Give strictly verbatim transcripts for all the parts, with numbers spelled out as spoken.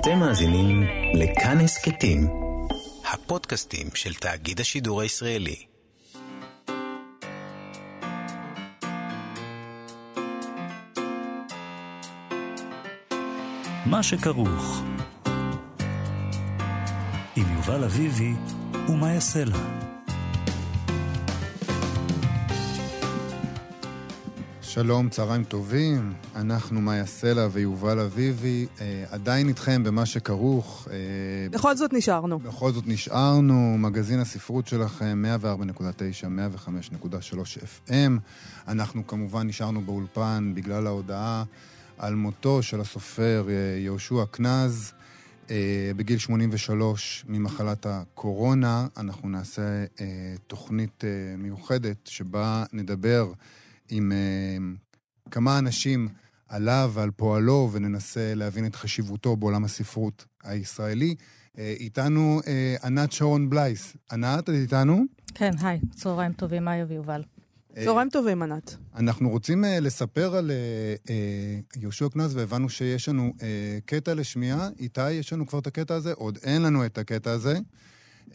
אתם מאזינים לכאן הסכתים, הפודקאסטים של תאגיד השידור הישראלי. מה שכרוך עם יובל אביבי ומה יעשה לה. שלום, צהריים טובים, אנחנו מאיה סלע ויובל אביבי, אה, עדיין איתכם במה שכרוך. אה, בכל זאת נשארנו. בכל זאת נשארנו, מגזין הספרות שלכם, מאה וארבע נקודה תשע, מאה וחמש נקודה שלוש אף אם. אנחנו כמובן נשארנו באולפן בגלל ההודעה על מותו של הסופר אה, יהושע קנז, אה, בגיל שמונים ושלוש ממחלת הקורונה. אנחנו נעשה אה, תוכנית אה, מיוחדת שבה נדבר עם uh, כמה אנשים עליו ועל פועלו, וננסה להבין את חשיבותו בעולם הספרות הישראלי. Uh, איתנו uh, ענת שרון בלייס. ענת, את איתנו? כן, היי, צהריים טובים, מאיה ויובל. Uh, צהריים טובים, ענת. אנחנו רוצים uh, לספר על uh, uh, יהושע קנז, והבנו שיש לנו uh, קטע לשמיעה. איתי, יש לנו כבר את הקטע הזה? עוד אין לנו את הקטע הזה. Uh,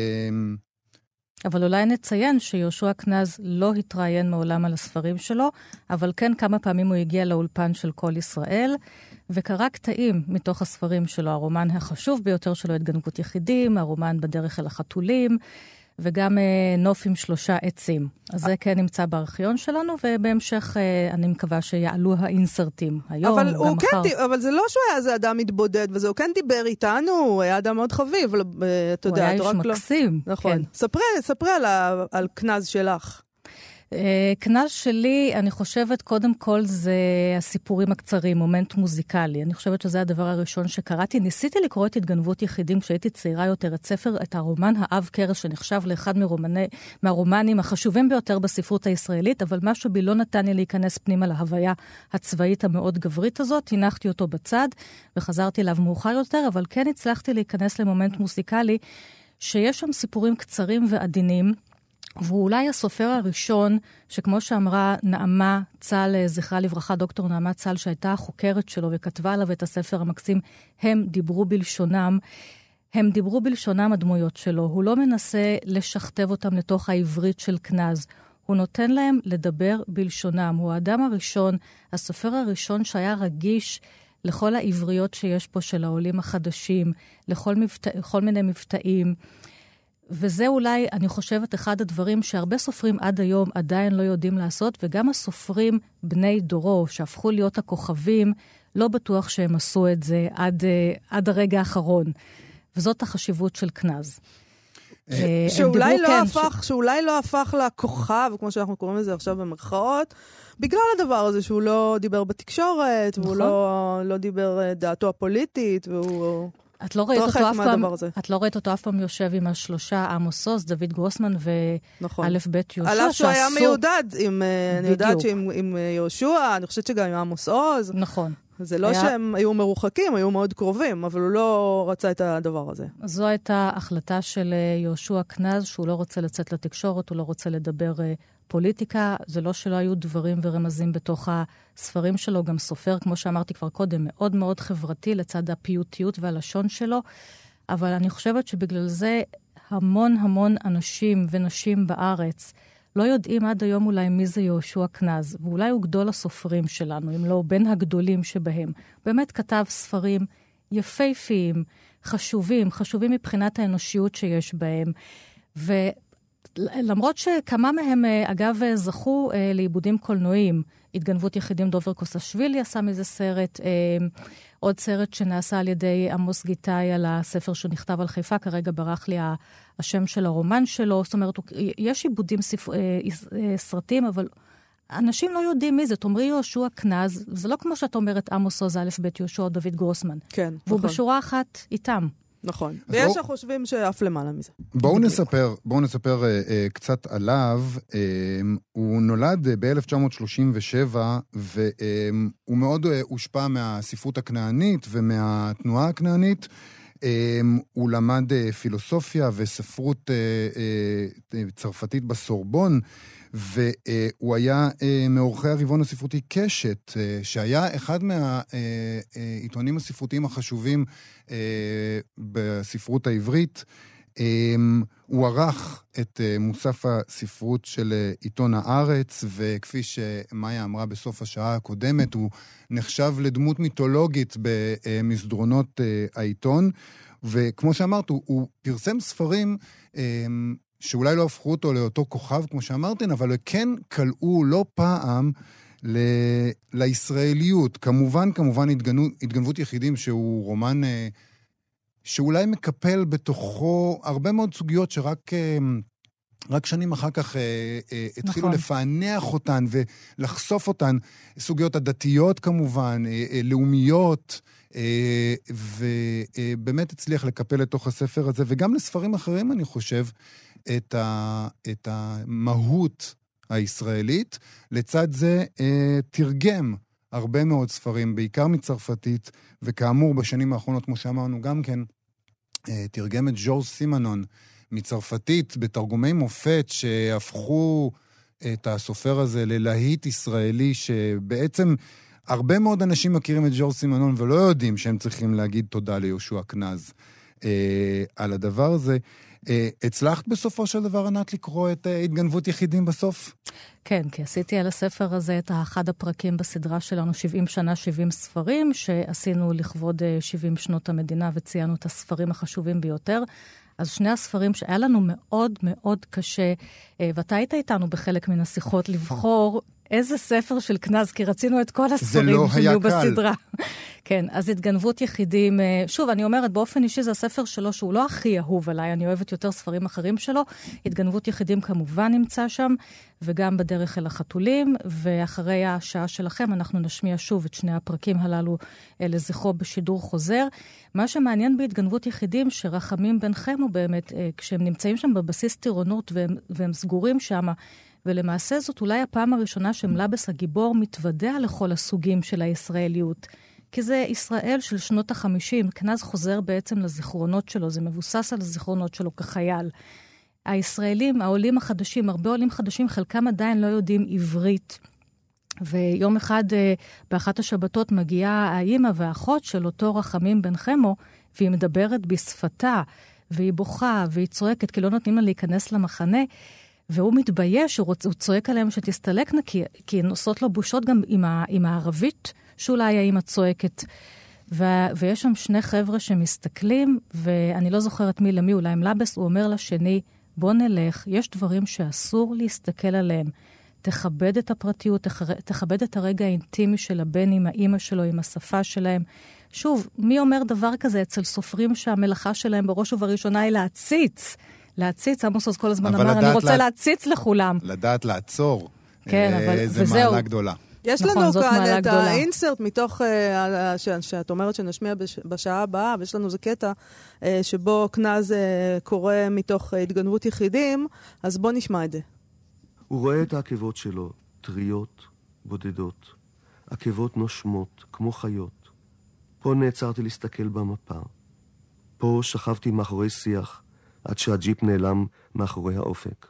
אבל אולי נציין שיהושע קנז לא התראיין מעולם על הספרים שלו, אבל כן כמה פעמים הוא הגיע לאולפן של כל ישראל, וקרא קטעים מתוך הספרים שלו, הרומן החשוב ביותר שלו, התגנבות יחידים, הרומן בדרך אל החתולים, וגם אה, נוף עם שלושה עצים. אז זה כן נמצא בארכיון שלנו, ובהמשך אה, אני מקווה שיעלו האינסרטים היום, אבל גם מחר. כן, אבל זה לא שהוא היה איזה אדם מתבודד, וזה הוא כן דיבר איתנו, הוא היה אדם מאוד חביב, אתה יודע, הוא היה איש מקסים. לא... נכון. כן. ספרי, ספרי על, ה... על קנז שלך. קנז שלי, אני חושבת, קודם כל זה הסיפורים הקצרים, מומנט מוזיקלי. אני חושבת שזה הדבר הראשון שקראתי. ניסיתי לקרוא את התגנבות יחידים כשהייתי צעירה יותר, את ספר, את הרומן האב קרס, שנחשב לאחד מרומני, מהרומנים החשובים ביותר בספרות הישראלית, אבל משהו בי לא נתן לי להיכנס פנימה להוויה הצבאית המאוד גברית הזאת. הנחתי אותו בצד וחזרתי אליו מאוחר יותר, אבל כן הצלחתי להיכנס למומנט מוזיקלי, שיש שם סיפורים קצרים ועדינים, והוא אולי הסופר הראשון, שכמו שאמרה נעמה צל, זכרה לברכה, דוקטור נעמה צל, שהייתה החוקרת שלו וכתבה עליו את הספר המקסים, הם דיברו בלשונם, הם דיברו בלשונם הדמויות שלו. הוא לא מנסה לשכתב אותם לתוך העברית של קנז, הוא נותן להם לדבר בלשונם. הוא האדם הראשון, הסופר הראשון שהיה רגיש לכל העבריות שיש פה של העולים החדשים, לכל מבטא, כל מיני מבטאים, וזה אולי, אני חושבת, אחד הדברים שהרבה סופרים עד היום עדיין לא יודעים לעשות, וגם הסופרים בני דורו, שהפכו להיות הכוכבים, לא בטוח שהם עשו את זה עד, עד הרגע האחרון. וזאת החשיבות של קנז. שאולי לא הפך, שאולי לא הפך לכוכב, כמו שאנחנו קוראים לזה עכשיו במרכאות, בגלל הדבר הזה שהוא לא דיבר בתקשורת, והוא לא, לא דיבר דעתו הפוליטית, והוא... את לא ראית אותו אף פעם, את לא ראית אותו אף פעם יושב עם השלושה עמוס עוז, דוד גרוסמן ואלף בית יהושע. על אף שהוא היה מיודד, אני יודעת שעם יהושע, אני חושבת שגם עם עמוס עוז. נכון. זה לא שהם היו מרוחקים, היו מאוד קרובים, אבל הוא לא רצה את הדבר הזה. זו הייתה החלטה של יהושע קנז, שהוא לא רוצה לצאת לתקשורת, הוא לא רוצה לדבר פוליטיקה. זה לא שלא היו דברים ורמזים בתוך הספרים שלו, גם סופר, כמו שאמרתי כבר קודם, מאוד מאוד חברתי לצד הפיוטיות והלשון שלו, אבל אני חושבת שבגלל זה המון המון אנשים ונשים בארץ לא יודעים עד היום אולי מי זה יהושע קנז, ואולי הוא גדול הסופרים שלנו, אם לא בין הגדולים שבהם. באמת כתב ספרים יפהפיים, חשובים, חשובים מבחינת האנושיות שיש בהם, ו... למרות שכמה מהם, אגב, זכו אה, לעיבודים קולנועיים. התגנבות יחידים, דובר קוסאשווילי עשה מזה סרט, אה, עוד סרט שנעשה על ידי עמוס גיטאי על הספר שנכתב על חיפה, כרגע ברח לי השם של הרומן שלו. זאת אומרת, יש עיבודים ספ... אה, אה, סרטים, אבל אנשים לא יודעים מי זה. תאמרי יהושע קנז, זה לא כמו שאת אומרת עמוס עוז, אלף בית יהושע, דוד גרוסמן. כן, והוא נכון. בשורה אחת איתם. נכון. ויש שחושבים שאף למעלה מזה. בואו נספר, בואו נספר uh, uh, קצת עליו. Uh, הוא נולד uh, ב-אלף תשע מאות שלושים ושבע, והוא uh, מאוד uh, הושפע מהספרות הכנענית ומהתנועה הכנענית. הוא למד פילוסופיה וספרות צרפתית בסורבון, והוא היה מעורכי הרבעון הספרותי קשת, שהיה אחד מהעיתונים הספרותיים החשובים בספרות העברית. הוא ערך את מוסף הספרות של עיתון הארץ, וכפי שמאיה אמרה בסוף השעה הקודמת, הוא נחשב לדמות מיתולוגית במסדרונות העיתון, וכמו שאמרת, הוא, הוא פרסם ספרים שאולי לא הפכו אותו לאותו כוכב, כמו שאמרתן, אבל כן קלעו לא פעם ל... לישראליות. כמובן, כמובן, התגנבות, התגנבות יחידים, שהוא רומן שאולי מקפל בתוכו הרבה מאוד סוגיות שרק רק שנים אחר כך התחילו נכון. לפענח אותן ולחשוף אותן, סוגיות הדתיות כמובן, לאומיות, ובאמת הצליח לקפל לתוך הספר הזה, וגם לספרים אחרים אני חושב, את, ה, את המהות הישראלית. לצד זה תרגם הרבה מאוד ספרים, בעיקר מצרפתית, וכאמור בשנים האחרונות, כמו שאמרנו גם כן, תרגם את ז'ורז' סימנון מצרפתית, בתרגומי מופת שהפכו את הסופר הזה ללהיט ישראלי, שבעצם הרבה מאוד אנשים מכירים את ז'ורז' סימנון ולא יודעים שהם צריכים להגיד תודה ליהושע כנז אה, על הדבר הזה. אה, הצלחת בסופו של דבר, ענת, לקרוא את אה, התגנבות יחידים בסוף? כן, כי עשיתי על הספר הזה את אחד הפרקים בסדרה שלנו, שבעים שנה, שבעים ספרים, שעשינו לכבוד שבעים שנות המדינה וציינו את הספרים החשובים ביותר. אז שני הספרים שהיה לנו מאוד מאוד קשה, ואתה היית איתנו בחלק מן השיחות, לבחור איזה ספר של כנז, כי רצינו את כל הספרים לא שהיו בסדרה. כן, אז התגנבות יחידים, שוב, אני אומרת, באופן אישי זה הספר שלו, שהוא לא הכי אהוב עליי, אני אוהבת יותר ספרים אחרים שלו. התגנבות יחידים כמובן נמצא שם, וגם בדרך אל החתולים, ואחרי השעה שלכם אנחנו נשמיע שוב את שני הפרקים הללו לזכרו בשידור חוזר. מה שמעניין בהתגנבות יחידים, שרחמים ביניכם הוא באמת, כשהם נמצאים שם בבסיס טירונות, והם, והם סגורים שם, ולמעשה זאת אולי הפעם הראשונה שמלאבס הגיבור מתוודע לכל הסוגים של הישראליות. כי זה ישראל של שנות החמישים, כנז חוזר בעצם לזיכרונות שלו, זה מבוסס על הזיכרונות שלו כחייל. הישראלים, העולים החדשים, הרבה עולים חדשים, חלקם עדיין לא יודעים עברית. ויום אחד, באחת השבתות, מגיעה האמא והאחות של אותו רחמים בן חמו, והיא מדברת בשפתה, והיא בוכה, והיא צועקת, כי לא נותנים לה להיכנס למחנה, והוא מתבייש, הוא, רוצ, הוא צועק עליהם שתסתלקנה, כי, כי נוסעות לו בושות גם עם, ה, עם הערבית, שאולי האמא צועקת. ו, ויש שם שני חבר'ה שמסתכלים, ואני לא זוכרת מי למי, אולי מלאבס, הוא אומר לשני, בוא נלך, יש דברים שאסור להסתכל עליהם. תכבד את הפרטיות, תכבד את הרגע האינטימי של הבן עם האמא שלו, עם השפה שלהם. שוב, מי אומר דבר כזה אצל סופרים שהמלאכה שלהם בראש ובראשונה היא להציץ? להציץ, עמוס אז כל הזמן אמר, אני רוצה לה... להציץ לכולם. לדעת לעצור. כן, אבל, זה וזהו. מעלה גדולה. יש נכון, לנו כאן את האינסרט מתוך, uh, ש, שאת אומרת שנשמיע בש, בשעה הבאה, ויש לנו זה קטע uh, שבו כנז uh, קורא מתוך uh, התגנבות יחידים, אז בוא נשמע את זה. הוא רואה את העקבות שלו, טריות, בודדות. עקבות נושמות, כמו חיות. פה נעצרתי להסתכל במפה. פה שכבתי מאחורי שיח, עד שהג'יפ נעלם מאחורי האופק.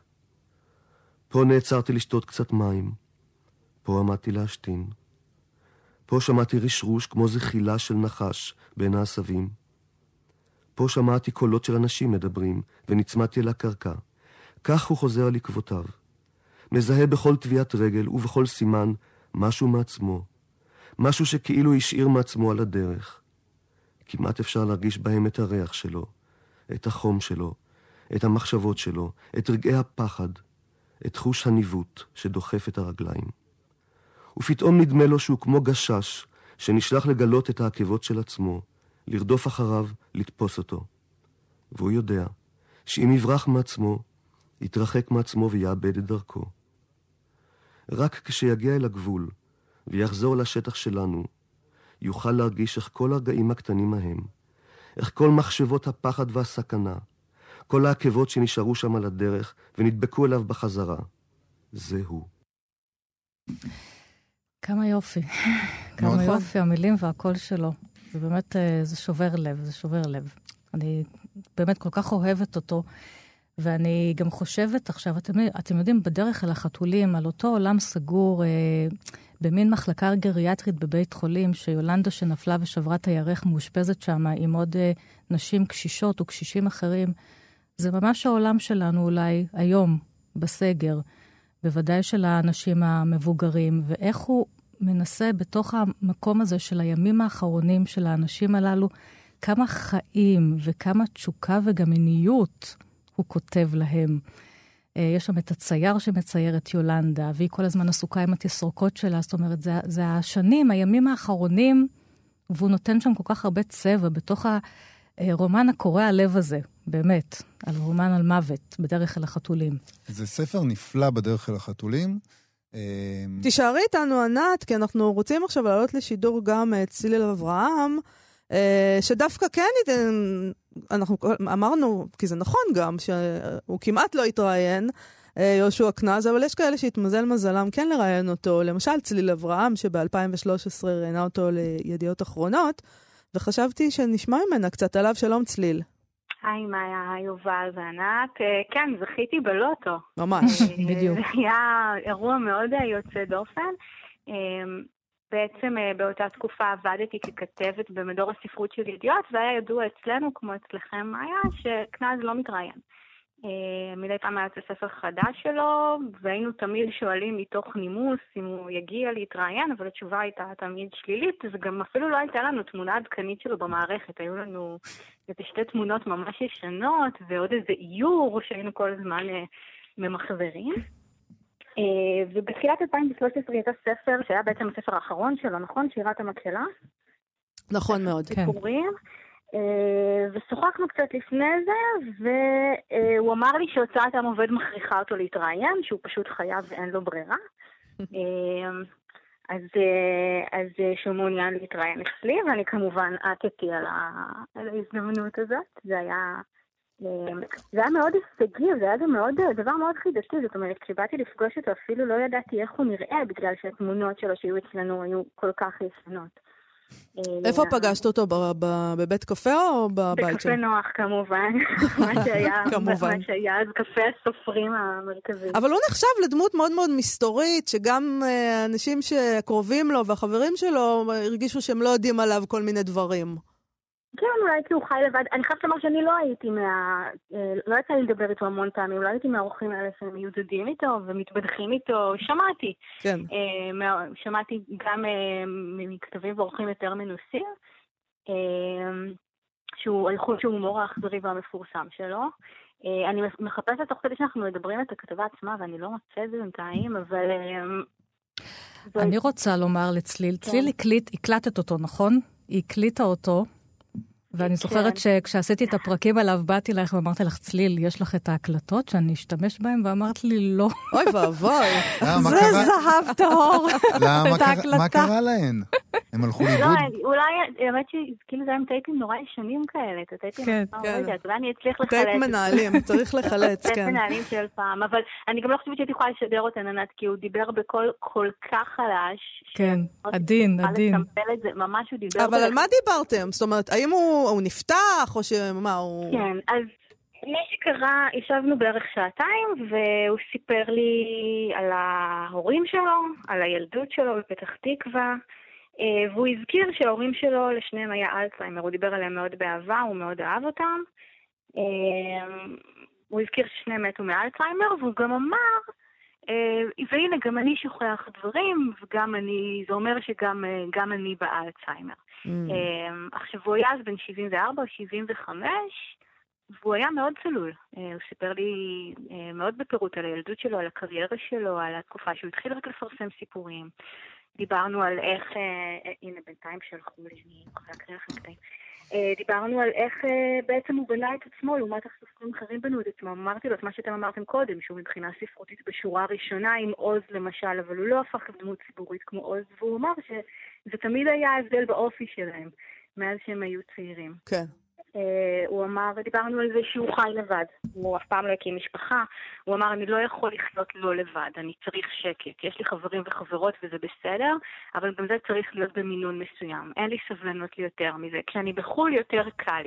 פה נעצרתי לשתות קצת מים. פה עמדתי להשתין. פה שמעתי רשרוש כמו זחילה של נחש בין העשבים. פה שמעתי קולות של אנשים מדברים, ונצמדתי אל הקרקע. כך הוא חוזר על עקבותיו. מזהה בכל טביעת רגל ובכל סימן משהו מעצמו. משהו שכאילו השאיר מעצמו על הדרך. כמעט אפשר להרגיש בהם את הריח שלו, את החום שלו, את המחשבות שלו, את רגעי הפחד, את חוש הניווט שדוחף את הרגליים. ופתאום נדמה לו שהוא כמו גשש שנשלח לגלות את העקבות של עצמו, לרדוף אחריו, לתפוס אותו. והוא יודע שאם יברח מעצמו, יתרחק מעצמו ויאבד את דרכו. רק כשיגיע אל הגבול ויחזור לשטח שלנו, יוכל להרגיש איך כל הרגעים הקטנים ההם, איך כל מחשבות הפחד והסכנה, כל העקבות שנשארו שם על הדרך ונדבקו אליו בחזרה, זהו. כמה יופי. כמה יופי, המילים והקול שלו. זה באמת, זה שובר לב, זה שובר לב. אני באמת כל כך אוהבת אותו, ואני גם חושבת עכשיו, אתם, אתם יודעים, בדרך אל החתולים, על אותו עולם סגור, אה, במין מחלקה גריאטרית בבית חולים, שיולנדה שנפלה ושברה את הירך מאושפזת שם, עם עוד אה, נשים קשישות וקשישים אחרים. זה ממש העולם שלנו אולי היום, בסגר, בוודאי של האנשים המבוגרים, ואיך הוא מנסה בתוך המקום הזה של הימים האחרונים של האנשים הללו, כמה חיים וכמה תשוקה וגם מיניות הוא כותב להם. יש שם את הצייר שמצייר את יולנדה, והיא כל הזמן עסוקה עם התסרוקות שלה, זאת אומרת, זה, זה השנים, הימים האחרונים, והוא נותן שם כל כך הרבה צבע בתוך הרומן הקורע הלב הזה, באמת, על רומן על מוות, בדרך אל החתולים. זה ספר נפלא בדרך אל החתולים. תישארי איתנו, ענת, כי אנחנו רוצים עכשיו לעלות לשידור גם את צילל אברהם, שדווקא כן, אנחנו אמרנו, כי זה נכון גם, שהוא כמעט לא התראיין, יהושע קנז, אבל יש כאלה שהתמזל מזלם כן לראיין אותו, למשל צילל אברהם, שב-אלפיים ושלוש עשרה ראיינה אותו לידיעות אחרונות, וחשבתי שנשמע ממנה קצת עליו. שלום צליל. היי מאיה, יובל וענת. כן, זכיתי בלוטו. ממש, בדיוק. זה היה אירוע מאוד יוצא דופן. בעצם באותה תקופה עבדתי ככתבת במדור הספרות של ידיעות, והיה ידוע אצלנו, כמו אצלכם היה, שקנז לא מתראיין. מדי פעם היה יוצא ספר חדש שלו, והיינו תמיד שואלים מתוך נימוס אם הוא יגיע להתראיין, אבל התשובה הייתה תמיד שלילית, אז גם אפילו לא הייתה לנו תמונה עדכנית שלו במערכת, היו לנו איזה שתי תמונות ממש ישנות, ועוד איזה איור שהיינו כל הזמן ממחזרים. ובתחילת אלפיים ושלוש עשרה הייתה ספר, שהיה בעצם הספר האחרון שלו, נכון? שירת המקהלה? נכון מאוד, כן. סיפורים. ושוחחנו קצת לפני זה, והוא אמר לי שהוצאת עם עובד מכריחה אותו להתראיין, שהוא פשוט חייב ואין לו ברירה. אז, אז שהוא מעוניין להתראיין אצלי, ואני כמובן עטתי על, על ההזדמנות הזאת. זה היה, זה היה מאוד הישגי, זה היה גם מאוד, דבר מאוד חידתי. זאת אומרת, כשבאתי לפגוש אותו אפילו לא ידעתי איך הוא נראה, בגלל שהתמונות שלו שהיו אצלנו היו כל כך ישנות. איפה פגשת אותו? בבית קפה או בבית שלו? בקפה נוח כמובן, מה שהיה אז קפה הסופרים המרכזי. אבל הוא נחשב לדמות מאוד מאוד מסתורית, שגם האנשים שקרובים לו והחברים שלו הרגישו שהם לא יודעים עליו כל מיני דברים. כן, אולי כי הוא חי לבד. אני חייבת לומר שאני לא הייתי מה... לא יצא לי לדבר איתו המון פעמים, לא הייתי מהאורחים האלה שהם מיודדים איתו ומתבדחים איתו. שמעתי. כן. שמעתי גם מכתבים ואורחים יותר מנוסים, שהוא האיכות שהוא הומור האכזרי והמפורסם שלו. אני מחפשת תוך כדי שאנחנו מדברים את הכתבה עצמה, ואני לא מוצא את זה בינתיים, אבל... אני רוצה לומר לצליל, צליל הקלטת אותו, נכון? היא הקליטה אותו. ואני זוכרת שכשעשיתי את הפרקים עליו, באתי לך ואמרתי לך, צליל, יש לך את ההקלטות שאני אשתמש בהן, ואמרת לי, לא. אוי ואבוי. זה זהב טהור. מה קרה להן? הם הלכו לאיבוד? לא, אולי, האמת שכאילו זה הם טייפים נורא ישנים כאלה, את הטייפים, אולי אני אצליח לחלץ. טייפ מנהלים, צריך לחלץ, כן. טייפ מנהלים של פעם, אבל אני גם לא חושבת שהייתי יכולה לשדר אותן, ענת, כי הוא דיבר בקול כל כך חלש. כן, עדין, עדין. ממש הוא דיבר. אבל על מה דיברתם? זאת אומרת, האם הוא נפתח, או שמה הוא... כן, אז מה שקרה, ישבנו בערך שעתיים, והוא סיפר לי על ההורים שלו, על הילדות שלו בפתח תקווה, והוא הזכיר שההורים שלו, לשניהם היה אלצהיימר, הוא דיבר עליהם מאוד באהבה, הוא מאוד אהב אותם. הוא הזכיר ששניהם מתו מאלצהיימר, והוא גם אמר, והנה גם אני שוכח דברים, וגם אני, זה אומר שגם גם אני באלצהיימר. עכשיו הוא היה אז בן שבעים וארבע או שבעים וחמש, והוא היה מאוד צלול. הוא סיפר לי מאוד בפירוט על הילדות שלו, על הקריירה שלו, על התקופה שהוא התחיל רק לפרסם סיפורים. דיברנו על איך, הנה בינתיים שלחו לי, אני יכולה להקריא לכם קטעים. דיברנו על איך בעצם הוא בנה את עצמו, לעומת איך סופרים אחרים בנו את עצמו. אמרתי לו את מה שאתם אמרתם קודם, שהוא מבחינה ספרותית בשורה ראשונה עם עוז למשל, אבל הוא לא הפך לדמות ציבורית כמו עוז, והוא אמר שזה תמיד היה הבדל באופי שלהם, מאז שהם היו צעירים. כן. הוא אמר, דיברנו על זה שהוא חי לבד, הוא אף פעם לא הקים משפחה, הוא אמר, אני לא יכול לחיות לא לבד, אני צריך שקט, יש לי חברים וחברות וזה בסדר, אבל גם זה צריך להיות במינון מסוים, אין לי סבלנות לי יותר מזה, כשאני בחול יותר קל לי,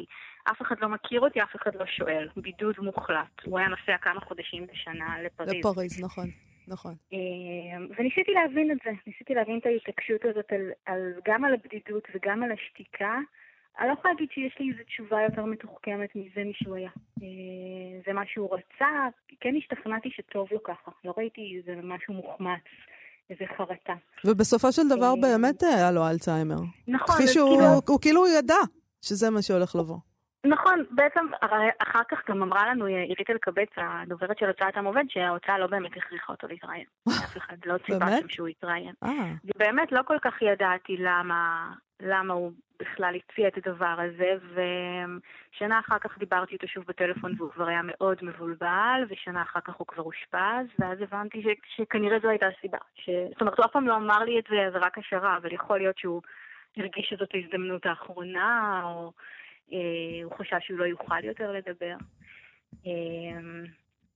אף אחד לא מכיר אותי, אף אחד לא שואל. בידוד מוחלט. הוא היה נוסע כמה חודשים בשנה לפריז. לפריז, נכון. נכון. וניסיתי להבין את זה. ניסיתי להבין את ההתעקשות הזאת על, על, גם על הבדידות וגם על השתיקה. אני לא יכולה להגיד שיש לי איזו תשובה יותר מתוחכמת מזה משהו היה. זה מה שהוא רצה, כן השתכנעתי שטוב לו ככה. לא ראיתי איזה משהו מוחמץ, איזה חרטה. ובסופו של דבר באמת היה לו אלצהיימר. נכון. כפי שהוא כאילו ידע שזה מה שהולך לבוא. נכון, בעצם אחר כך גם אמרה לנו עירית אלקבץ, הדוברת של הוצאת עם עובד, שההוצאה לא באמת הכריחה אותו להתראיין. אף אחד לא ציפה שם שהוא יתראיין. ובאמת לא כל כך ידעתי למה, למה הוא בכלל הציע את הדבר הזה, ושנה אחר כך דיברתי איתו שוב בטלפון והוא כבר היה מאוד מבולבל, ושנה אחר כך הוא כבר הושפז, ואז הבנתי ש, שכנראה זו הייתה הסיבה. ש... זאת אומרת, הוא אף פעם לא אמר לי את זה, זה רק השערה, אבל יכול להיות שהוא הרגיש שזאת ההזדמנות האחרונה, או אה, הוא חשב שהוא לא יוכל יותר לדבר. אה,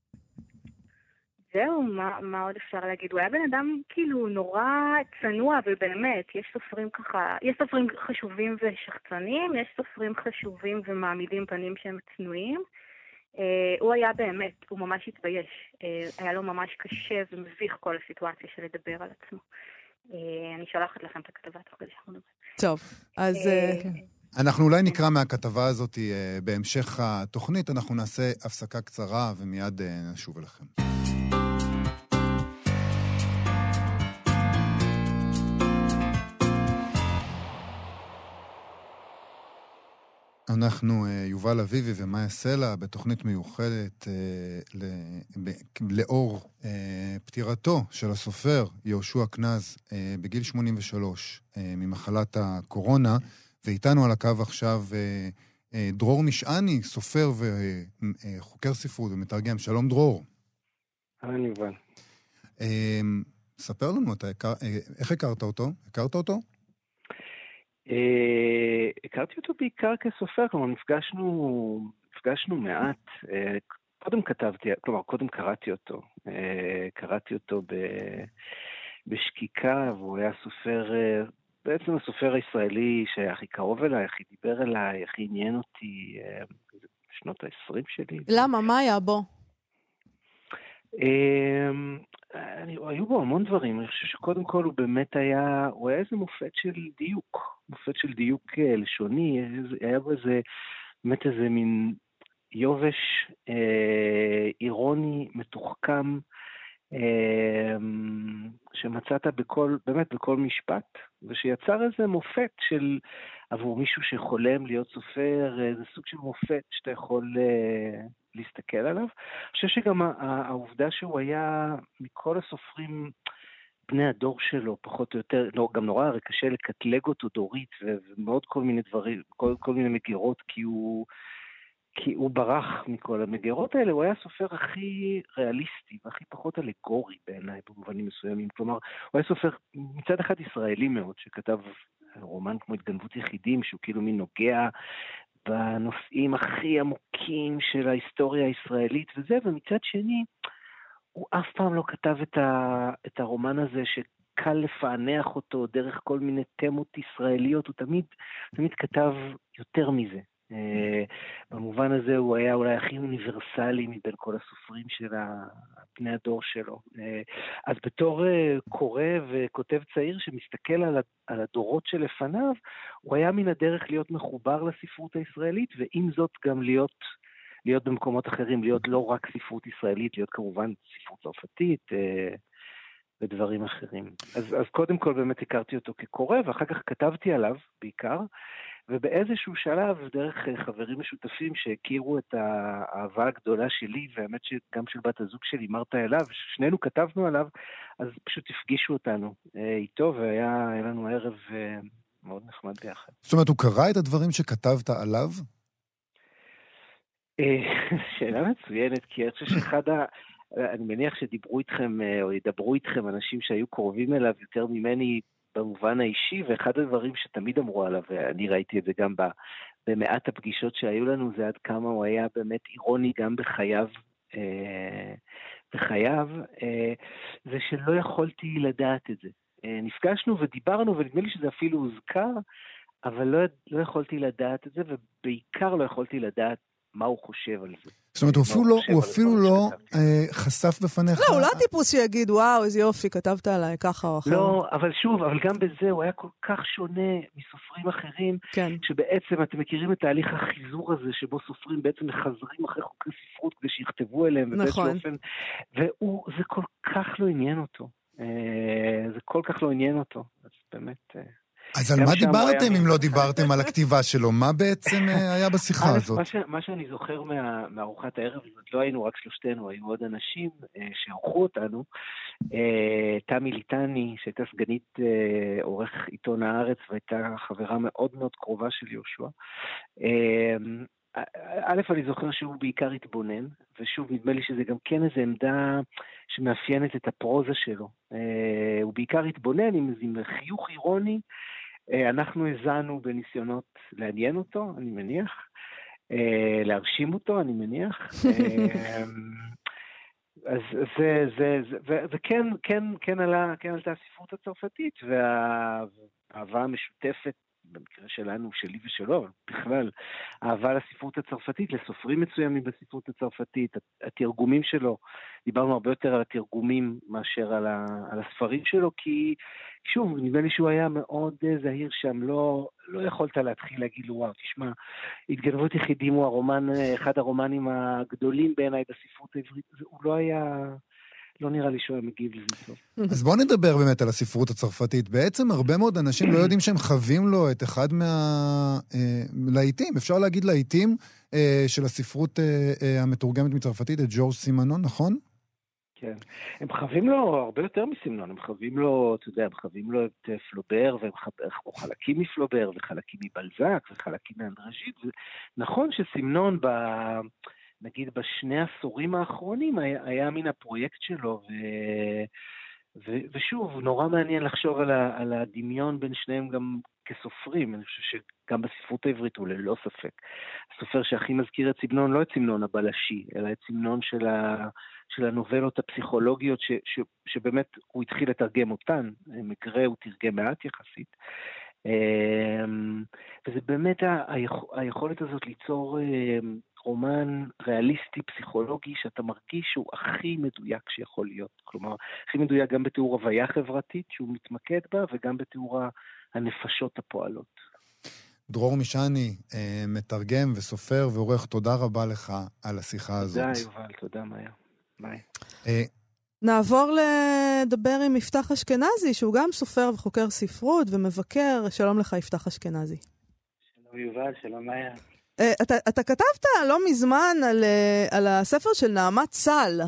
זהו, מה, מה עוד אפשר להגיד? הוא היה בן אדם כאילו נורא צנוע, אבל באמת, יש סופרים ככה, יש סופרים חשובים ושחצנים, יש סופרים חשובים ומעמידים פנים שהם צנועים. אה, הוא היה באמת, הוא ממש התבייש. אה, היה לו ממש קשה ומביך כל הסיטואציה של לדבר על עצמו. אה, אני שולחת לכם את הכתבה תוך כדי שאנחנו נדבר. טוב, אז... אה, אנחנו אולי נקרא מהכתבה הזאת אה, בהמשך התוכנית, אנחנו נעשה הפסקה קצרה ומיד אה, נשוב אליכם. אנחנו יובל אביבי ומאיה סלע בתוכנית מיוחדת לאור פטירתו של הסופר יהושע קנז בגיל שמונים ושלוש ממחלת הקורונה, ואיתנו על הקו עכשיו דרור משעני, סופר וחוקר ספרות ומתרגם. שלום דרור. אהלן יובל. ספר לנו, איך הכרת אותו? הכרת אותו? הכרתי אותו בעיקר כסופר, כלומר נפגשנו, נפגשנו מעט, קודם כתבתי, כלומר קודם קראתי אותו, קראתי אותו בשקיקה, והוא היה סופר, בעצם הסופר הישראלי שהכי קרוב אליי, הכי דיבר אליי, הכי עניין אותי בשנות ה-עשרים שלי. למה? מה היה בו? אני, היו בו המון דברים. אני חושב שקודם כל הוא באמת היה, הוא היה איזה מופת של דיוק, מופת של דיוק לשוני, היה בו איזה, באמת איזה מין יובש אה, אירוני, מתוחכם, אה, שמצאת בכל, באמת בכל משפט, ושיצר איזה מופת של, עבור מישהו שחולם להיות סופר, איזה סוג של מופת שאתה יכול אה, להסתכל עליו. אני חושב שגם העובדה שהוא היה מכל הסופרים, בני הדור שלו, פחות או יותר, לא, גם נורא הרי קשה לקטלג אותו דורית, ומאוד כל מיני דברים, כל, כל מיני מגירות, כי הוא, כי הוא ברח מכל המגירות האלה, הוא היה הסופר הכי ריאליסטי, והכי פחות אלגורי בעיניי, במובנים מסוימים. כלומר, הוא היה סופר מצד אחד ישראלי מאוד, שכתב רומן כמו התגנבות יחידים, שהוא כאילו מין נוגע בנושאים הכי עמוקים של ההיסטוריה הישראלית וזה, ומצד שני, הוא אף פעם לא כתב את, ה, את הרומן הזה שקל לפענח אותו דרך כל מיני תמות ישראליות, הוא תמיד, תמיד כתב יותר מזה. Uh, במובן הזה הוא היה אולי הכי אוניברסלי מבין כל הסופרים של בני הדור שלו. Uh, אז בתור uh, קורא וכותב צעיר שמסתכל על, על הדורות שלפניו, הוא היה מן הדרך להיות מחובר לספרות הישראלית, ועם זאת גם להיות... להיות במקומות אחרים, להיות לא רק ספרות ישראלית, להיות כמובן ספרות צרפתית אה, ודברים אחרים. אז, אז קודם כל באמת הכרתי אותו כקורא, ואחר כך כתבתי עליו בעיקר, ובאיזשהו שלב, דרך חברים משותפים שהכירו את האהבה הגדולה שלי, והאמת שגם של בת הזוג שלי, מרתה אליו, שנינו כתבנו עליו, אז פשוט הפגישו אותנו אה, איתו, והיה היה לנו ערב אה, מאוד נחמד ביחד. זאת אומרת, הוא קרא את הדברים שכתבת עליו? שאלה מצוינת, כי אני חושב שאחד ה... אני מניח שדיברו איתכם, או ידברו איתכם אנשים שהיו קרובים אליו יותר ממני במובן האישי, ואחד הדברים שתמיד אמרו עליו, ואני ראיתי את זה גם במעט הפגישות שהיו לנו, זה עד כמה הוא היה באמת אירוני גם בחייו, בחייו, זה שלא יכולתי לדעת את זה. נפגשנו ודיברנו, ונדמה לי שזה אפילו הוזכר, אבל לא, לא יכולתי לדעת את זה, ובעיקר לא יכולתי לדעת מה הוא חושב על זה. זאת אומרת, הוא אפילו לא, הוא אפילו לא אה, חשף בפניך... לא, הוא לא הטיפוס שיגיד, וואו, איזה יופי, כתבת עליי, ככה או אחר. לא, אבל שוב, אבל גם בזה הוא היה כל כך שונה מסופרים אחרים, כן. שבעצם אתם מכירים את תהליך החיזור הזה, שבו סופרים בעצם מחזרים אחרי חוקי ספרות, כדי שיכתבו אליהם. נכון. אופן, והוא, זה כל כך לא עניין אותו. אה, זה כל כך לא עניין אותו. אז באמת... אה, אז על מה דיברתם אם לא דיברתם על הכתיבה שלו? מה בעצם היה בשיחה הזאת? מה שאני זוכר מארוחת הערב, לא היינו רק שלושתנו, היו עוד אנשים שערכו אותנו. תמי ליטני, שהייתה סגנית עורך עיתון הארץ, והייתה חברה מאוד מאוד קרובה של יהושע. א', אני זוכר שהוא בעיקר התבונן, ושוב, נדמה לי שזה גם כן איזו עמדה שמאפיינת את הפרוזה שלו. הוא בעיקר התבונן עם, עם חיוך אירוני, אנחנו הזענו בניסיונות לעניין אותו, אני מניח, להרשים אותו, אני מניח. אז זה, זה, זה, וכן, כן, כן עלה, כן עלתה הספרות הצרפתית, והאהבה המשותפת, במקרה שלנו, שלי ושלו, אבל בכלל, אהבה לספרות הצרפתית, לסופרים מסוימים בספרות הצרפתית, התרגומים שלו, דיברנו הרבה יותר על התרגומים מאשר על, ה, על הספרים שלו, כי שוב, נדמה לי שהוא היה מאוד זהיר שם, לא, לא יכולת להתחיל להגיד לו, וואו, תשמע, התגנבות יחידים הוא הרומן, אחד הרומנים הגדולים בעיניי בספרות העברית, הוא לא היה... לא נראה לי שהוא היה מגיב לזה טוב. אז בואו נדבר באמת על הספרות הצרפתית. בעצם הרבה מאוד אנשים לא יודעים שהם חווים לו את אחד מהלהיטים, אפשר להגיד להיטים של הספרות המתורגמת מצרפתית, את ז'ורז' סימנון, נכון? כן. הם חווים לו הרבה יותר מסימנון, הם חווים לו, אתה יודע, הם חווים לו את פלובר, או חלקים מפלובר, וחלקים מבלזק, וחלקים מאנדרז'יט. נכון שסימנון ב... נגיד בשני עשורים האחרונים היה, היה מן הפרויקט שלו, ו, ו, ושוב, נורא מעניין לחשוב על, ה, על הדמיון בין שניהם גם כסופרים. אני חושב שגם בספרות העברית הוא ללא ספק. הסופר שהכי מזכיר את סמנון, לא את סמנון הבלשי, אלא את סמנון של, ה, של הנובלות הפסיכולוגיות, ש, ש, שבאמת הוא התחיל לתרגם אותן, מקרה הוא תרגם מעט יחסית. וזה באמת היכולת הזאת ליצור רומן ריאליסטי פסיכולוגי שאתה מרגיש שהוא הכי מדויק שיכול להיות. כלומר, הכי מדויק גם בתיאור הוויה חברתית שהוא מתמקד בה, וגם בתיאור הנפשות הפועלות. דרור משני, מתרגם וסופר ועורך, תודה רבה לך על השיחה הזאת. תודה יובל, תודה מאיה. ביי. נעבור לדבר עם יפתח אשכנזי, שהוא גם סופר וחוקר ספרות ומבקר. שלום לך, יפתח אשכנזי. שלום יובל, שלום מאיה. אתה, אתה כתבת לא מזמן על, על הספר של נעמת סל,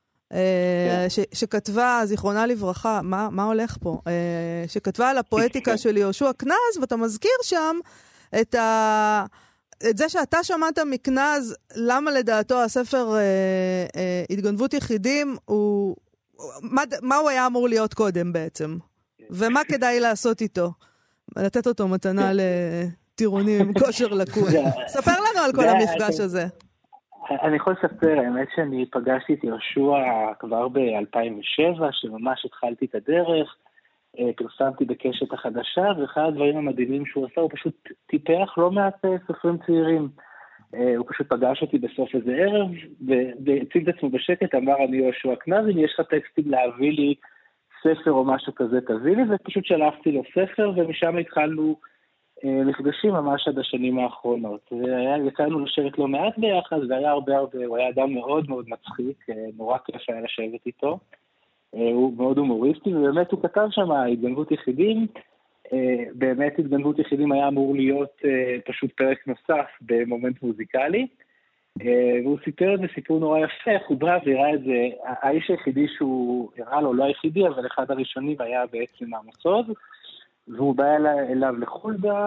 ש, שכתבה, זיכרונה לברכה, מה, מה הולך פה? שכתבה על הפואטיקה של יהושע קנז, ואתה מזכיר שם את, ה, את זה שאתה שמעת מקנז, למה לדעתו הספר התגנבות יחידים, הוא, מה, מה הוא היה אמור להיות קודם בעצם? ומה כדאי לעשות איתו? לתת אותו מתנה ל... טירונים עם כושר לקוי. ספר לנו על כל המפגש הזה. אני יכול לספר, האמת שאני פגשתי את יהושע כבר ב-אלפיים ושבע, שממש התחלתי את הדרך, פרסמתי בקשת החדשה, ואחד הדברים המדהימים שהוא עשה, הוא פשוט טיפח לא מעט סופרים צעירים. הוא פשוט פגש אותי בסוף איזה ערב, והציג את עצמו בשקט, אמר אני יהושע קנז, אם יש לך טקסטים להביא לי ספר או משהו כזה, תביא לי, ופשוט שלחתי לו ספר, ומשם התחלנו מפגשים ממש עד השנים האחרונות. ויצאנו לשבת לא מעט ביחד, והיה הרבה הרבה, הוא היה אדם מאוד מאוד מצחיק, נורא כיף היה לשבת איתו. הוא מאוד הומוריסטי, ובאמת הוא כתב שם, התגנבות יחידים, באמת התגנבות יחידים היה אמור להיות פשוט פרק נוסף במומנט מוזיקלי, והוא סיפר את זה סיפור נורא יפה, הוא בא והראה את זה, האיש היחידי שהוא הראה לו, לא היחידי, אבל אחד הראשונים היה בעצם עמוס עוז, והוא בא אליו לחולדה,